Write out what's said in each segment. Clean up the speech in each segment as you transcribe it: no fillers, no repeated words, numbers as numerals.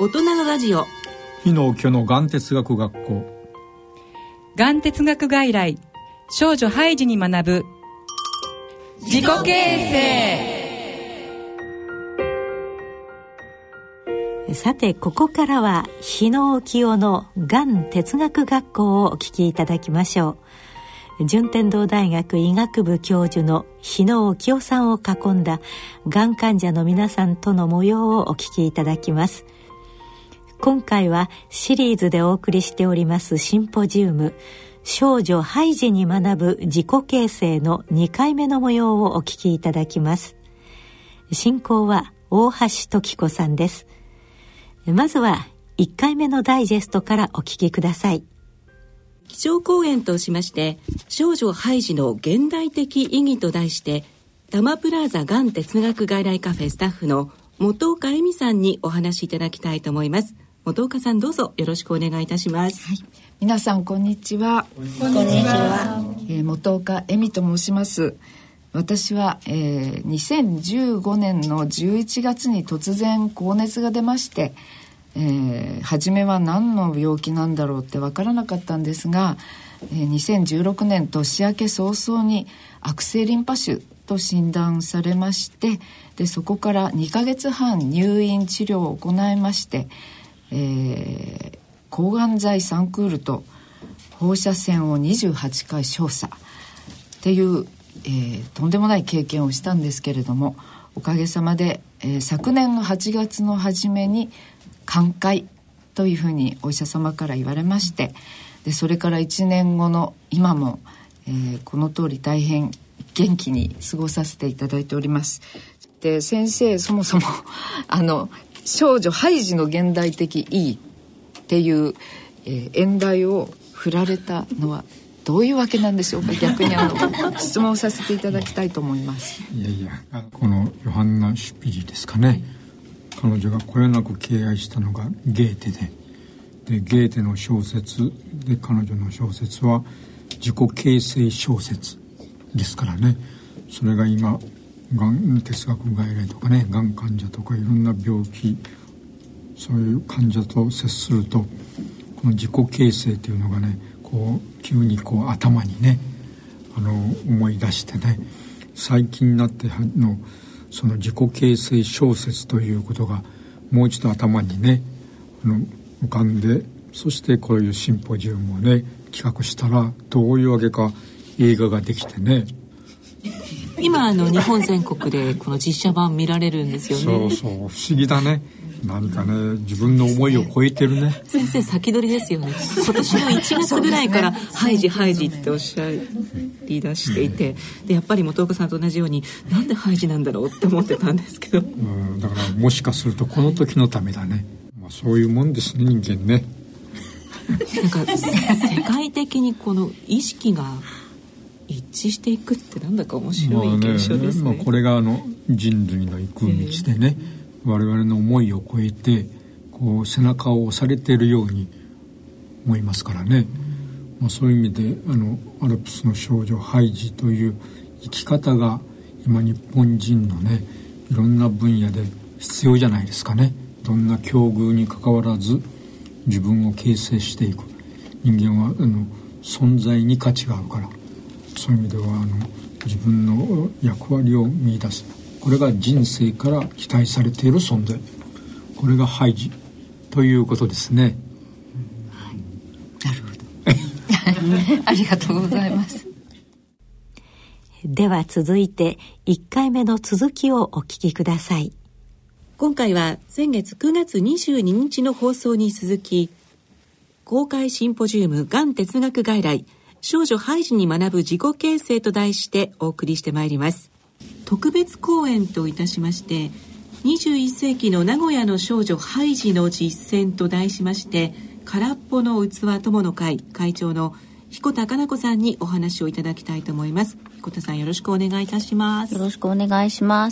大人のラジオ、 日野居のがん哲学学校、 がん哲学外来、少女ハイジに学ぶ自己形成。 さて、ここからは日野清のがん哲学学校をお聞きいただきましょう。順天堂大学医学部教授の日野清さんを囲んだがん患者の皆さんとの模様をお聞きいただきます。今回はシリーズでお送りしておりますシンポジウム、少女ハイジに学ぶ自己形成の2回目の模様をお聞きいただきます。進行は大橋時子さんです。まずは1回目のダイジェストからお聞きください。 基調講演としまして、少女ハイジの現代的意義と題して、多摩プラザがん哲学外来カフェスタッフの本岡恵美さんにお話しいただきたいと思います。本岡さん、どうぞよろしくお願いいたします。 はい、皆さんこんにちは。 こんにちは。 本岡恵美と申します。私は、2015年の11月に突然高熱が出まして、初めは何の病気なんだろうって分からなかったんですが、2016年年明け早々に悪性リンパ腫と診断されまして、でそこから2ヶ月半入院治療を行いまして、抗がん剤3クールと放射線を28回照射っていう、とんでもない経験をしたんですけれども、おかげさまで、昨年の8月の初めに寛解というふうにお医者様から言われまして、でそれから1年後の今も、この通り大変元気に過ごさせていただいております。で先生、そもそも少女ハイジの現代的意義っていう、演題を振られたのはどういうわけなんでしょうか。逆に質問させていただきたいと思います。 いやこのヨハンナ・シュピリですかね、彼女がこよなく敬愛したのがゲーテでゲーテの小説で、彼女の小説は自己形成小説ですからね。それが今がん哲学外来とかね、がん患者とかいろんな病気、そういう患者と接すると、この自己形成というのがね、こう急にこう頭にね、思い出してね、最近になってのその自己形成小説ということがもう一度頭にね浮かんで、そしてこういうシンポジウムをね企画したら、どういうわけか映画ができてね、 今日本全国でこの実写版見られるんですよね。 そう不思議だね。何かね、自分の思いを超えてるね。 先生、先取りですよね。今年の1月ぐらいからハイジハイジっておっしゃり出していて、でやっぱり本岡さんと同じように、なんでハイジなんだろうって思ってたんですけど、 だからもしかするとこの時のためだね。そういうもんですね、人間ね。 なんか世界的にこの意識が一致していくってなんだか面白い現象ですね。 これが人類の行く道でね、我々の思いを超えてこう背中を押されているように思いますからね。そういう意味でアルプスの少女ハイジという生き方が今日本人のね、いろんな分野で必要じゃないですかね。どんな境遇にかかわらず自分を形成していく人間は存在に価値があるから、そういう意味では自分の役割を見出す、これが人生から期待されている存在、これがハイジということですね。 はい、なるほどありがとうございます。 では続いて1回目の続きをお聞きください。 今回は先月9月22日の放送に続き、公開シンポジウムがん哲学外来、少女ハイジに学ぶ自己形成と題してお送りしてまいります。特別講演といたしまして、21世紀の名古屋の少女ハイジの実践と題しまして、空っぽの器友の会会長の彦田かな子さんにお話をいただきたいと思います。彦田さん、よろしくお願いいたします。 よろしくお願いします。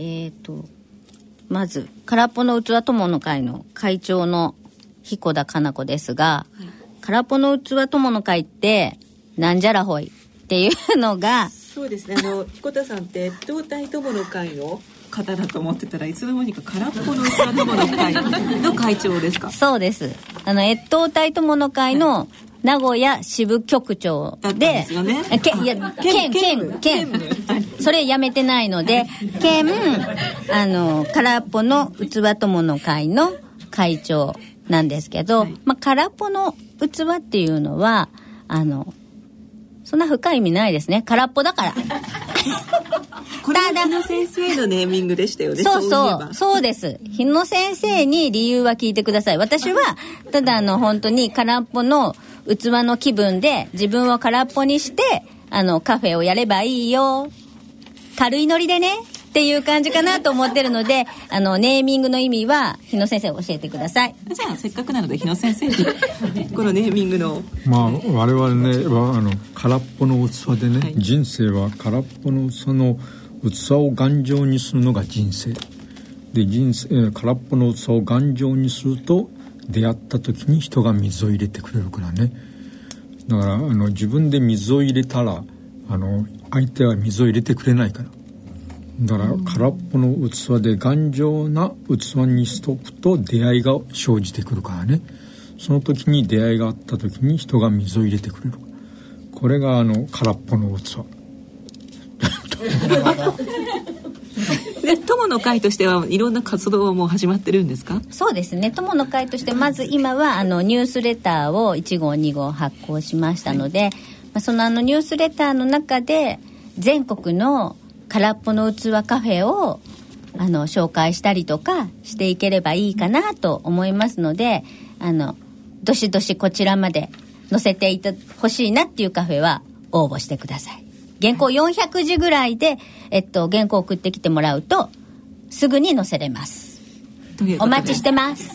まず空っぽの器友の会の会長の彦田かな子ですが、はい、空っぽの器友の会ってなんじゃらほいっていうのが、 そうですね、彦田さんって同体友の会の方だと思ってたらいつの間にか空っぽの器友の会の会長ですか？ そうです。越冬隊友の会の名古屋支部局長で、 ですよね。 県それやめてないので、県空っぽの器友の会の会長なんですけど、空っぽの器っていうのはそんな深い意味ないですね。空っぽだから。 これは日野先生のネーミングでしたよね。 そうです。日野先生に理由は聞いてください。私はただ本当に空っぽの器の気分で自分を空っぽにしてカフェをやればいいよ、軽いノリでねっていう感じかなと思ってるので、ネーミングの意味は日野先生教えてください。 じゃあせっかくなので日野先生にこのネーミングの我々ねは空っぽの器でね、はい、人生は空っぽのその器を頑丈にするのが人生で、空っぽの器を頑丈にすると出会った時に人が水を入れてくれるからね。だから自分で水を入れたら相手は水を入れてくれないから、だから空っぽの器で頑丈な器にしとくと出会いが生じてくるからね。その時に出会いがあった時に人が水を入れてくれる。これが空っぽの器で友の会としてはいろんな活動も始まってるんですか？ そうですね。友の会としてまず今はニュースレターを1号2号発行しましたので、そのニュースレターの中で全国の空っぽの器カフェを紹介したりとかしていければいいかなと思いますので、どしどしこちらまで載せていてほしいなっていうカフェは応募してください。原稿400字ぐらいで、原稿送ってきてもらうとすぐに載せれます。お待ちしてます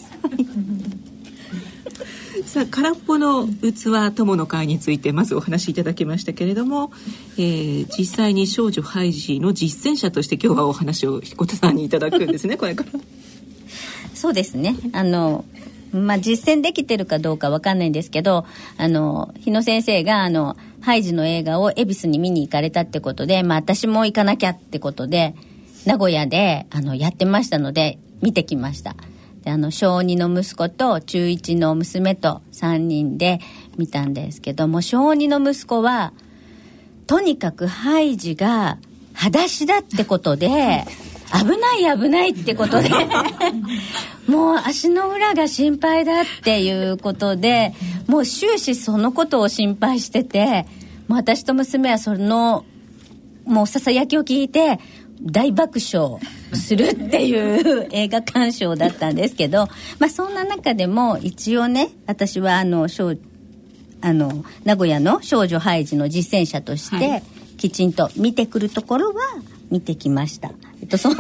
さあ、空っぽの器友の会についてまずお話しいただきましたけれども、実際に少女ハイジの実践者として今日はお話を彦田さんにいただくんですねこれから。 そうですね。実践できてるかどうかわかんないんですけど、日野先生がハイジの映画を恵比寿に見に行かれたってことで、私も行かなきゃってことで名古屋でやってましたので見てきました。で小2の息子と中1の娘と3人で見たんですけども、小2の息子はとにかくハイジが裸足だってことで危ないってことでもう足の裏が心配だっていうことで、もう終始そのことを心配してて、もう私と娘はそのもうささやきを聞いて大爆笑するっていう映画鑑賞だったんですけど、そんな中でも一応ね、私は名古屋の少女ハイジの実践者として、はい、きちんと見てくるところは見てきました。ね、そん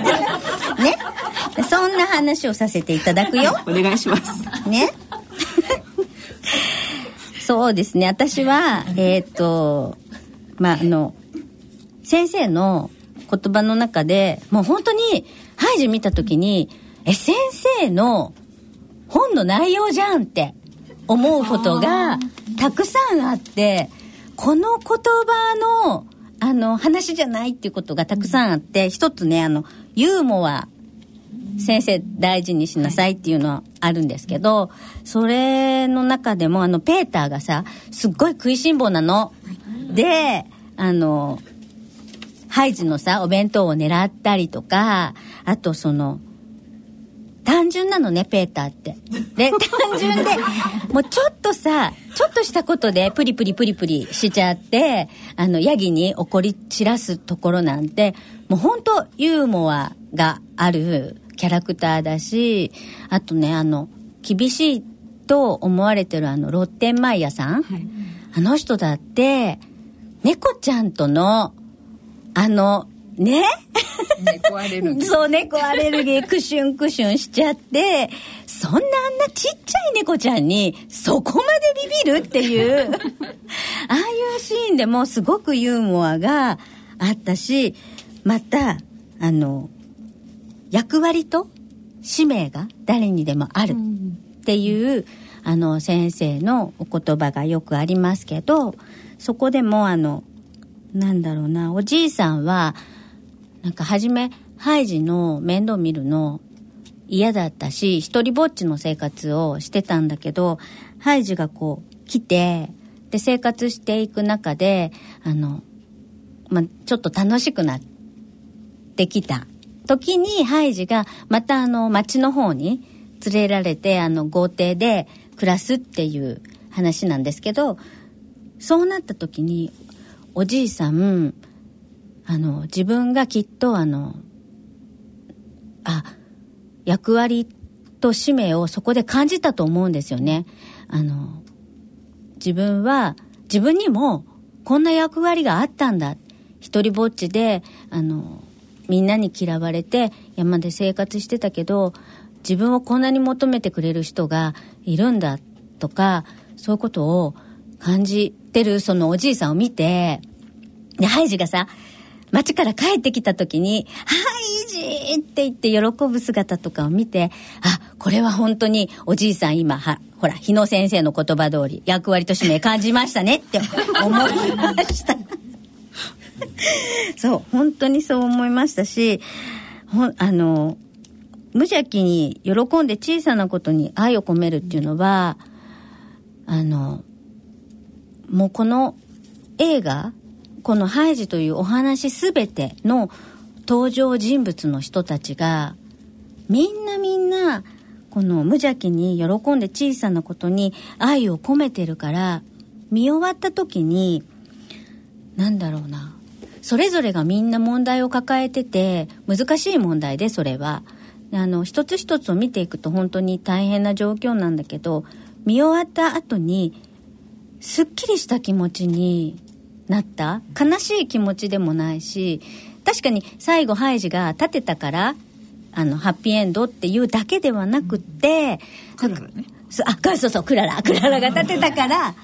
な話をさせていただくよ。 お願いしますね。そうですね。私は先生の言葉の中でもう本当にハイジ見た時に先生の本の内容じゃんって思うことがたくさんあって、この言葉の話じゃないっていうことがたくさんあって、一つねユーモア先生大事にしなさいっていうのはあるんですけど、それの中でもペーターがさすっごい食いしん坊なのでハイジのさお弁当を狙ったりとか、あと単純なのねペーターってで単純でもうちょっとしたことでプリプリしちゃってヤギに怒り散らすところなんてもう本当ユーモアがあるキャラクターだし、あとね厳しいと思われてるロッテンマイヤさん、はい、あの人だって猫ちゃんとのね猫アレルギーそう猫アレルギークシュンしちゃって、そんなあんなちっちゃい猫ちゃんにそこまでビビるっていうああいうシーンでもすごくユーモアがあったし、また役割と使命が誰にでもあるっていう先生のお言葉がよくありますけど、そこでもなんだろうな、おじいさんはなんか初めハイジの面倒見るの嫌だったし、一人ぼっちの生活をしてたんだけど、ハイジがこう来て、で生活していく中でちょっと楽しくなってきた時に、ハイジがまた町の方に連れられて豪邸で暮らすっていう話なんですけど、そうなった時におじいさん自分がきっと役割と使命をそこで感じたと思うんですよね。自分にもこんな役割があったんだ、一人ぼっちでみんなに嫌われて山で生活してたけど、自分をこんなに求めてくれる人がいるんだとか、そういうことを感じてるそのおじいさんを見て、でハイジがさ、町から帰ってきた時にハイジって言って喜ぶ姿とかを見て、これは本当におじいさん今ほら日野先生の言葉通り役割と使命感じましたねって思いましたそう本当にそう思いましたし、無邪気に喜んで小さなことに愛を込めるっていうのはもうこの映画、このハイジというお話すべての登場人物の人たちがみんなこの無邪気に喜んで小さなことに愛を込めてるから、見終わった時にそれぞれがみんな問題を抱えてて、難しい問題で、それは一つ一つを見ていくと本当に大変な状況なんだけど、見終わった後にすっきりした気持ちになった。悲しい気持ちでもないし、確かに最後ハイジが立てたからハッピーエンドっていうだけではなくて、クララね、そうクララが立てたから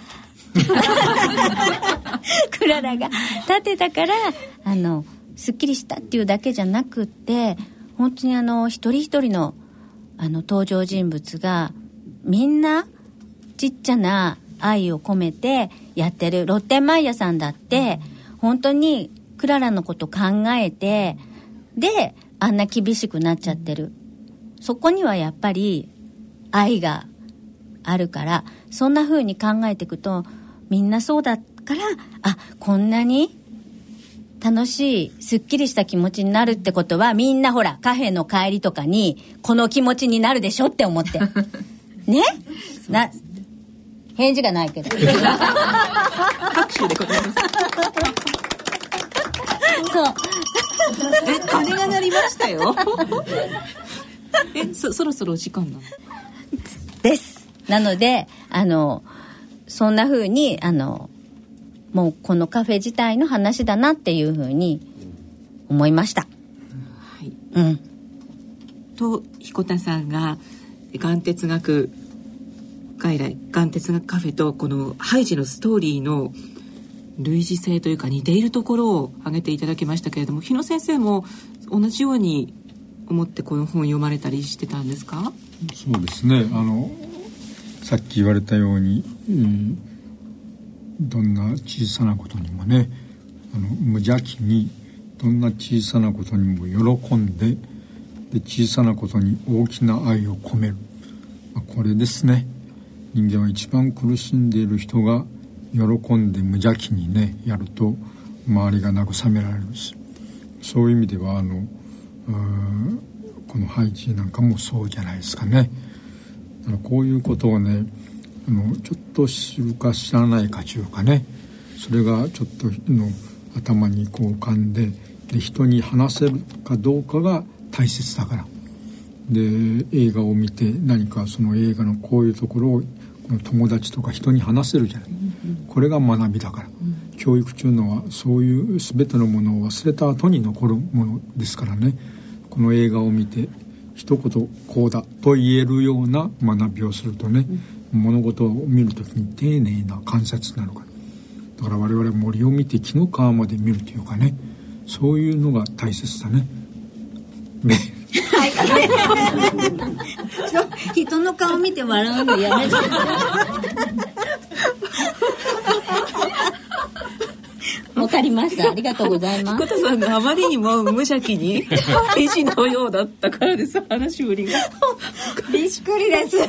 クララが立てたからすっきりしたっていうだけじゃなくて、本当に一人一人の登場人物がみんなちっちゃな愛を込めてやってる。ロッテンマイヤーさんだって本当にクララのこと考えて、であんな厳しくなっちゃってる。そこにはやっぱり愛があるから、そんな風に考えていくとみんなそうだから、こんなに楽しいすっきりした気持ちになるってことは、みんなほらカフェの帰りとかにこの気持ちになるでしょって思ってね。返事がないけど拍手で答えますそう鐘が鳴りましたよそろそろお時間なのです。なのでそんな風にもうこのカフェ自体の話だなっていう風に思いました。 と彦田さんが眼哲学外来、眼哲学カフェとこのハイジのストーリーの類似性というか似ているところを挙げていただきましたけれども、日野先生も同じように思ってこの本を読まれたりしてたんですか？ そうですね、さっき言われたように、どんな小さなことにもね、無邪気にどんな小さなことにも喜んで、小さなことに大きな愛を込める、これですね。人間は一番苦しんでいる人が喜んで無邪気にねやると周りが慰められるし、そういう意味ではこのハイジなんかもそうじゃないですかね。こういうことをねちょっと知るか知らないかというかね、それがちょっとの頭にこう浮かんで、人に話せるかどうかが大切だから。で映画を見て何かその映画のこういうところを友達とか人に話せるじゃない、これが学びだから、教育というのはそういう全てのものを忘れた後に残るものですからね。この映画を見て一言こうだと言えるような学びをするとね、物事を見るときに丁寧な観察になるから。だから我々森を見て紀の川まで見るというかね、そういうのが大切だね。 はい人の顔見て笑うのやめてもう帰かりました。ありがとうございます。 彦田さんがあまりにも無邪気に絵師のようだったからです。話しぶりがびっくりです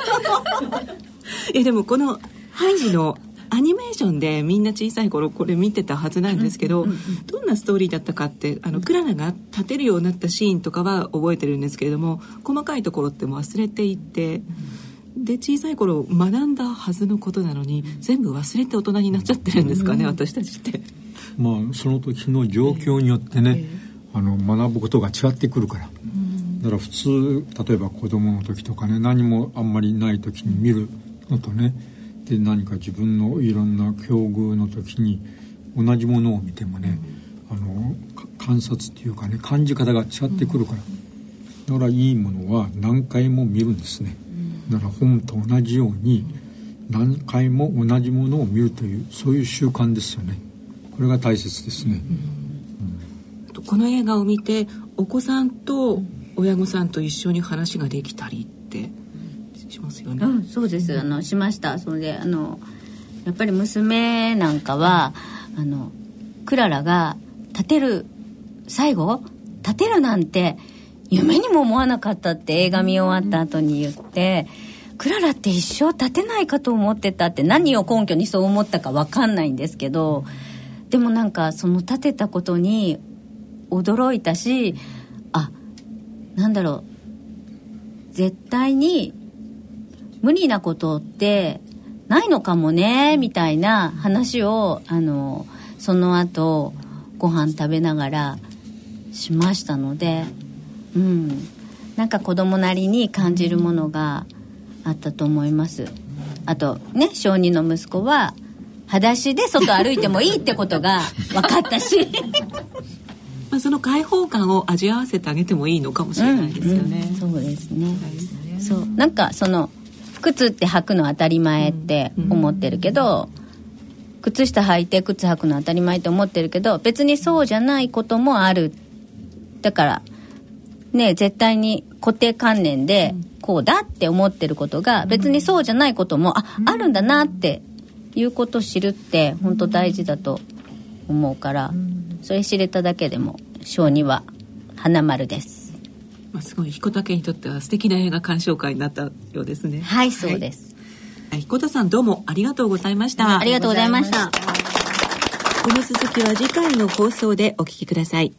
でもこのハイジのアニメーションでみんな小さい頃これ見てたはずなんですけど、どんなストーリーだったかってクララが立てるようになったシーンとかは覚えてるんですけれども、細かいところっても忘れていて、で小さい頃学んだはずのことなのに全部忘れて大人になっちゃってるんですかね、私たちって。 その時の状況によってね、学ぶことが違ってくるから、だから普通例えば子供の時とかね、何もあんまりない時に見るのとね、で何か自分のいろんな境遇の時に同じものを見てもね、観察っていうかね、感じ方が違ってくるから、だからいいものは何回も見るんですね。だから本と同じように何回も同じものを見るという、そういう習慣ですよね。これが大切ですね。 この映画を見てお子さんと親御さんと一緒に話ができたりってしますよね。 そうです。しました。それでやっぱり娘なんかはクララが最後立てるなんて夢にも思わなかったって映画見終わった後に言って、クララって一生立てないかと思ってたって、何を根拠にそう思ったか分かんないんですけど、でもなんかその立てたことに驚いたし、なんだろう、絶対に無理なことってないのかもねみたいな話をその後ご飯食べながらしましたので、なんか子供なりに感じるものがあったと思います。あとね、小児の息子は裸足で外歩いてもいいってことが分かったしその開放感を味わわせてあげてもいいのかもしれないですよね。 そうですね。そうなんか靴って履くの当たり前って思ってるけど、靴下履いて靴履くの当たり前って思ってるけど、別にそうじゃないこともある。だからね、絶対に固定観念でこうだって思ってることが別にそうじゃないこともあるんだなっていうことを知るって本当大事だと思うから、それ知れただけでも小児は花丸です。 すごい彦田家にとっては素敵な映画鑑賞会になったようですね。 はい、そうです。 彦田さんどうもありがとうございました。 ありがとうございました。 この続きは次回の放送でお聞きください。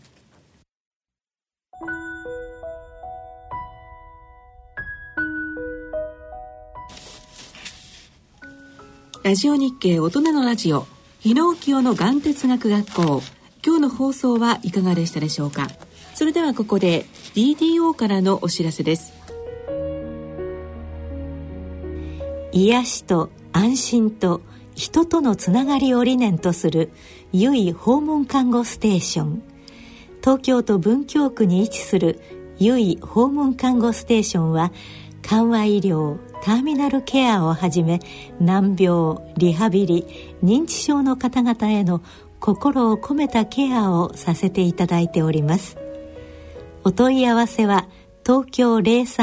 ラジオ日経大人のラジオ、日野清のがん哲学学校。今日の放送はいかがでしたでしょうか。それではここで DDO からのお知らせです。 癒しと安心と人とのつながりを理念とする由井訪問看護ステーション。東京都文京区に位置する由井訪問看護ステーションは、緩和医療、ターミナルケアをはじめ、難病、リハビリ、認知症の方々への心を込めたケアをさせていただいております。お問い合わせは東京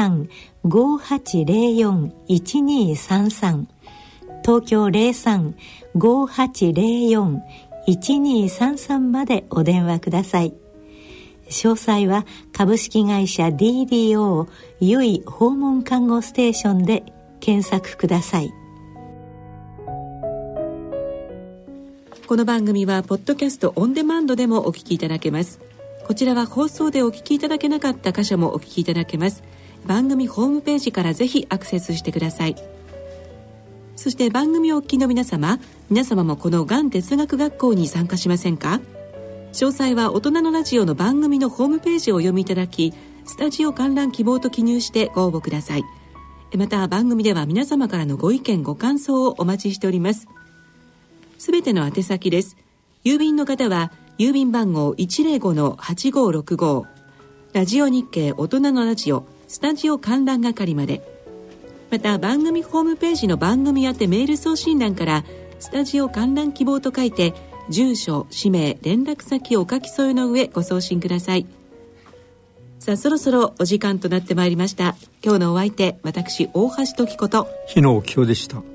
03-5804-1233 東京 03-5804-1233 までお電話ください。詳細は株式会社 DDO 由井訪問看護ステーションで検索ください。 この番組はポッドキャストオンデマンドでもお聞きいただけます。こちらは放送でお聞きいただけなかった箇所もお聞きいただけます。番組ホームページからぜひアクセスしてください。そして番組をお聞きの皆様もこのがん哲学学校に参加しませんか。詳細は大人のラジオの番組のホームページをお読みいただき、スタジオ観覧希望と記入してご応募ください。また番組では皆様からのご意見ご感想をお待ちしております。すべての宛先です。郵便の方は郵便番号 105-8565 ラジオ日経大人のラジオスタジオ観覧係まで。また番組ホームページの番組宛てメール送信欄からスタジオ観覧希望と書いて、住所、氏名、連絡先をお書き添えの上ご送信ください。さあ、そろそろお時間となってまいりました。今日のお相手、私大橋時子と日野清でした。